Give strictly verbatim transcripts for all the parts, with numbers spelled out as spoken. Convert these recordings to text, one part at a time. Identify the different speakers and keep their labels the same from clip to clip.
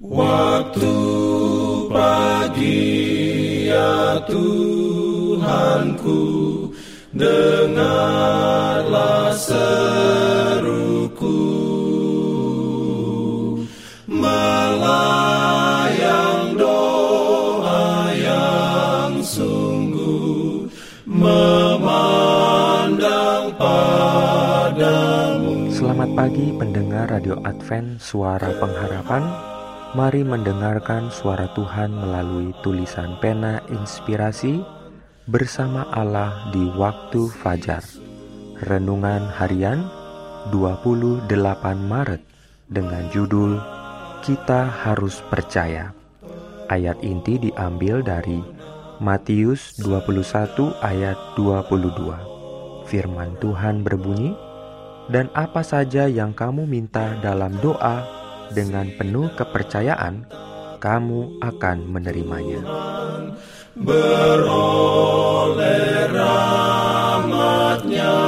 Speaker 1: Waktu pagi ya Tuhanku, dengarlah seruku, melayang doa yang sungguh, memandang padamu.
Speaker 2: Selamat pagi pendengar Radio Advent Suara Pengharapan. Mari mendengarkan suara Tuhan melalui tulisan pena inspirasi bersama Allah di waktu fajar. Renungan harian dua puluh delapan Maret dengan judul Kita Harus Percaya. Ayat inti diambil dari Matius dua puluh satu ayat dua puluh dua. Firman Tuhan berbunyi, "Dan apa saja yang kamu minta dalam doa, dengan penuh kepercayaan, kamu akan menerimanya."
Speaker 1: Beroleh rahmat-Nya,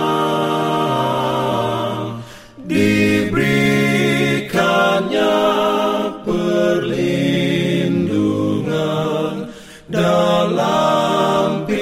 Speaker 1: diberikannya perlindungan dalam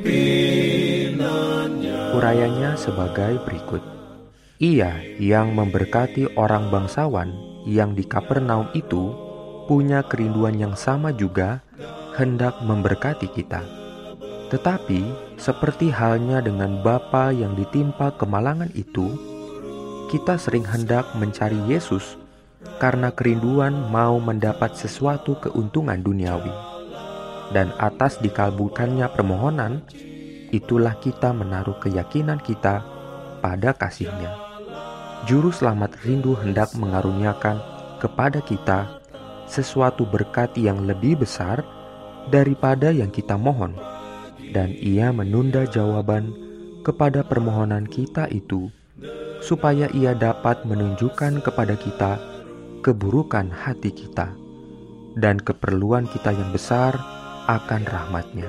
Speaker 1: pimpinannya.
Speaker 2: Urayanya sebagai berikut. Ia yang memberkati orang bangsawan yang di Kapernaum itu punya kerinduan yang sama juga hendak memberkati kita. Tetapi seperti halnya dengan bapa yang ditimpa kemalangan itu, kita sering hendak mencari Yesus karena kerinduan mau mendapat sesuatu keuntungan duniawi. Dan atas dikabulkannya permohonan, itulah kita menaruh keyakinan kita pada kasih-Nya. Juru selamat rindu hendak mengaruniakan kepada kita sesuatu berkat yang lebih besar daripada yang kita mohon, dan Ia menunda jawaban kepada permohonan kita itu, supaya Ia dapat menunjukkan kepada kita keburukan hati kita dan keperluan kita yang besar akan rahmat-Nya.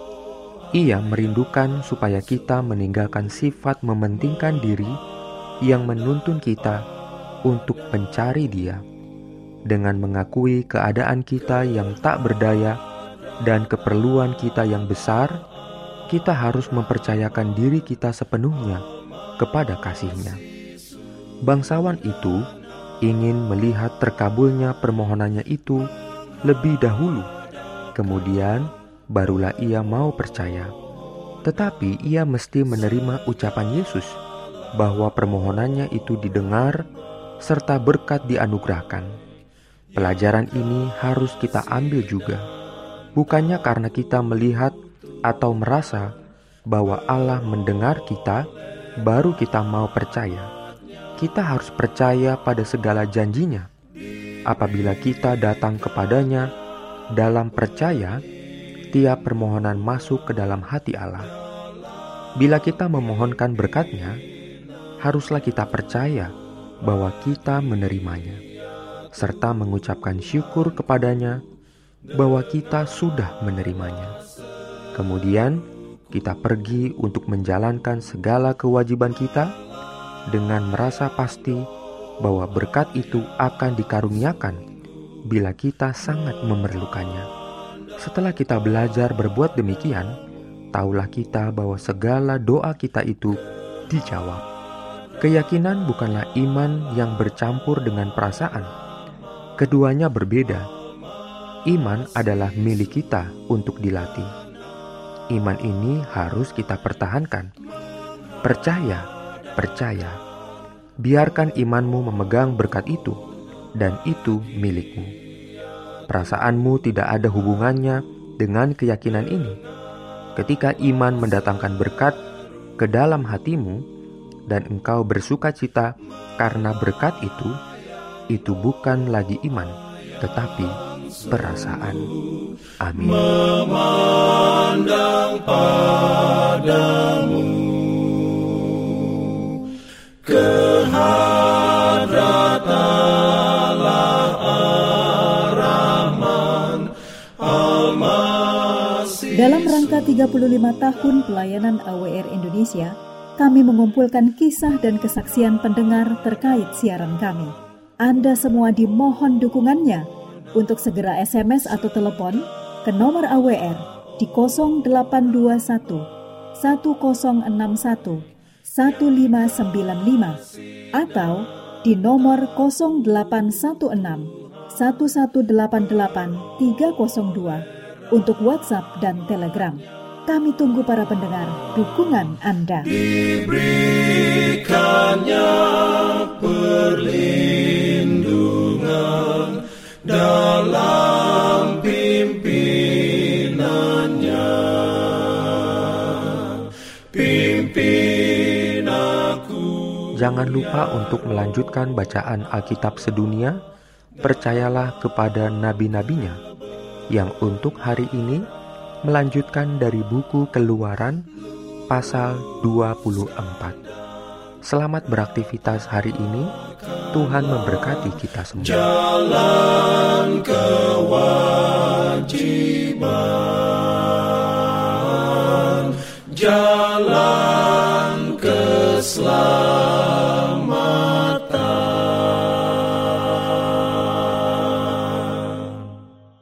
Speaker 2: Ia merindukan supaya kita meninggalkan sifat mementingkan diri yang menuntun kita untuk mencari Dia, dengan mengakui keadaan kita yang tak berdaya dan keperluan kita yang besar. Kita harus mempercayakan diri kita sepenuhnya kepada kasih-Nya. Bangsawan itu ingin melihat terkabulnya permohonannya itu lebih dahulu, kemudian barulah ia mau percaya. Tetapi ia mesti menerima ucapan Yesus bahwa permohonannya itu didengar serta berkat dianugerahkan. Pelajaran ini harus kita ambil juga, bukannya karena kita melihat atau merasa bahwa Allah mendengar kita, baru kita mau percaya. Kita harus percaya pada segala janji-Nya. Apabila kita datang kepadanya dalam percaya, tiap permohonan masuk ke dalam hati Allah. Bila kita memohonkan berkat-Nya, haruslah kita percaya bahwa kita menerimanya, serta mengucapkan syukur kepadanya bahwa kita sudah menerimanya. Kemudian kita pergi untuk menjalankan segala kewajiban kita dengan merasa pasti bahwa berkat itu akan dikaruniakan bila kita sangat memerlukannya. Setelah kita belajar berbuat demikian, taulah kita bahwa segala doa kita itu dijawab. Keyakinan bukanlah iman yang bercampur dengan perasaan. Keduanya berbeda. Iman adalah milik kita untuk dilatih. Iman ini harus kita pertahankan. Percaya, percaya. Biarkan imanmu memegang berkat itu, dan itu milikmu. Perasaanmu tidak ada hubungannya dengan keyakinan ini. Ketika iman mendatangkan berkat ke dalam hatimu, dan engkau bersuka cita karena berkat itu, itu bukan lagi iman, tetapi perasaan. Amin.
Speaker 1: Memandang padamu, kehadrat Allah Ar-Rahman Al-Masih.
Speaker 3: Dalam rangka tiga puluh lima tahun pelayanan A W R Indonesia, kami mengumpulkan kisah dan kesaksian pendengar terkait siaran kami. Anda semua dimohon dukungannya Untuk segera S M S atau telepon ke nomor A W R di nol delapan dua satu, satu nol enam satu, satu lima sembilan lima atau di nomor nol delapan satu enam, satu satu delapan delapan, tiga nol dua untuk WhatsApp dan Telegram. Kami tunggu para pendengar dukungan Anda.
Speaker 1: Diberikannya perlindungan dalam pimpinannya. Pimpin aku.
Speaker 2: Jangan lupa untuk melanjutkan bacaan Alkitab sedunia. Percayalah kepada nabi-nabinya yang untuk hari ini melanjutkan dari buku Keluaran pasal dua puluh empat. Selamat beraktivitas hari ini. Tuhan memberkati kita semua.
Speaker 1: Jalan kewajiban, jalan keselamatan.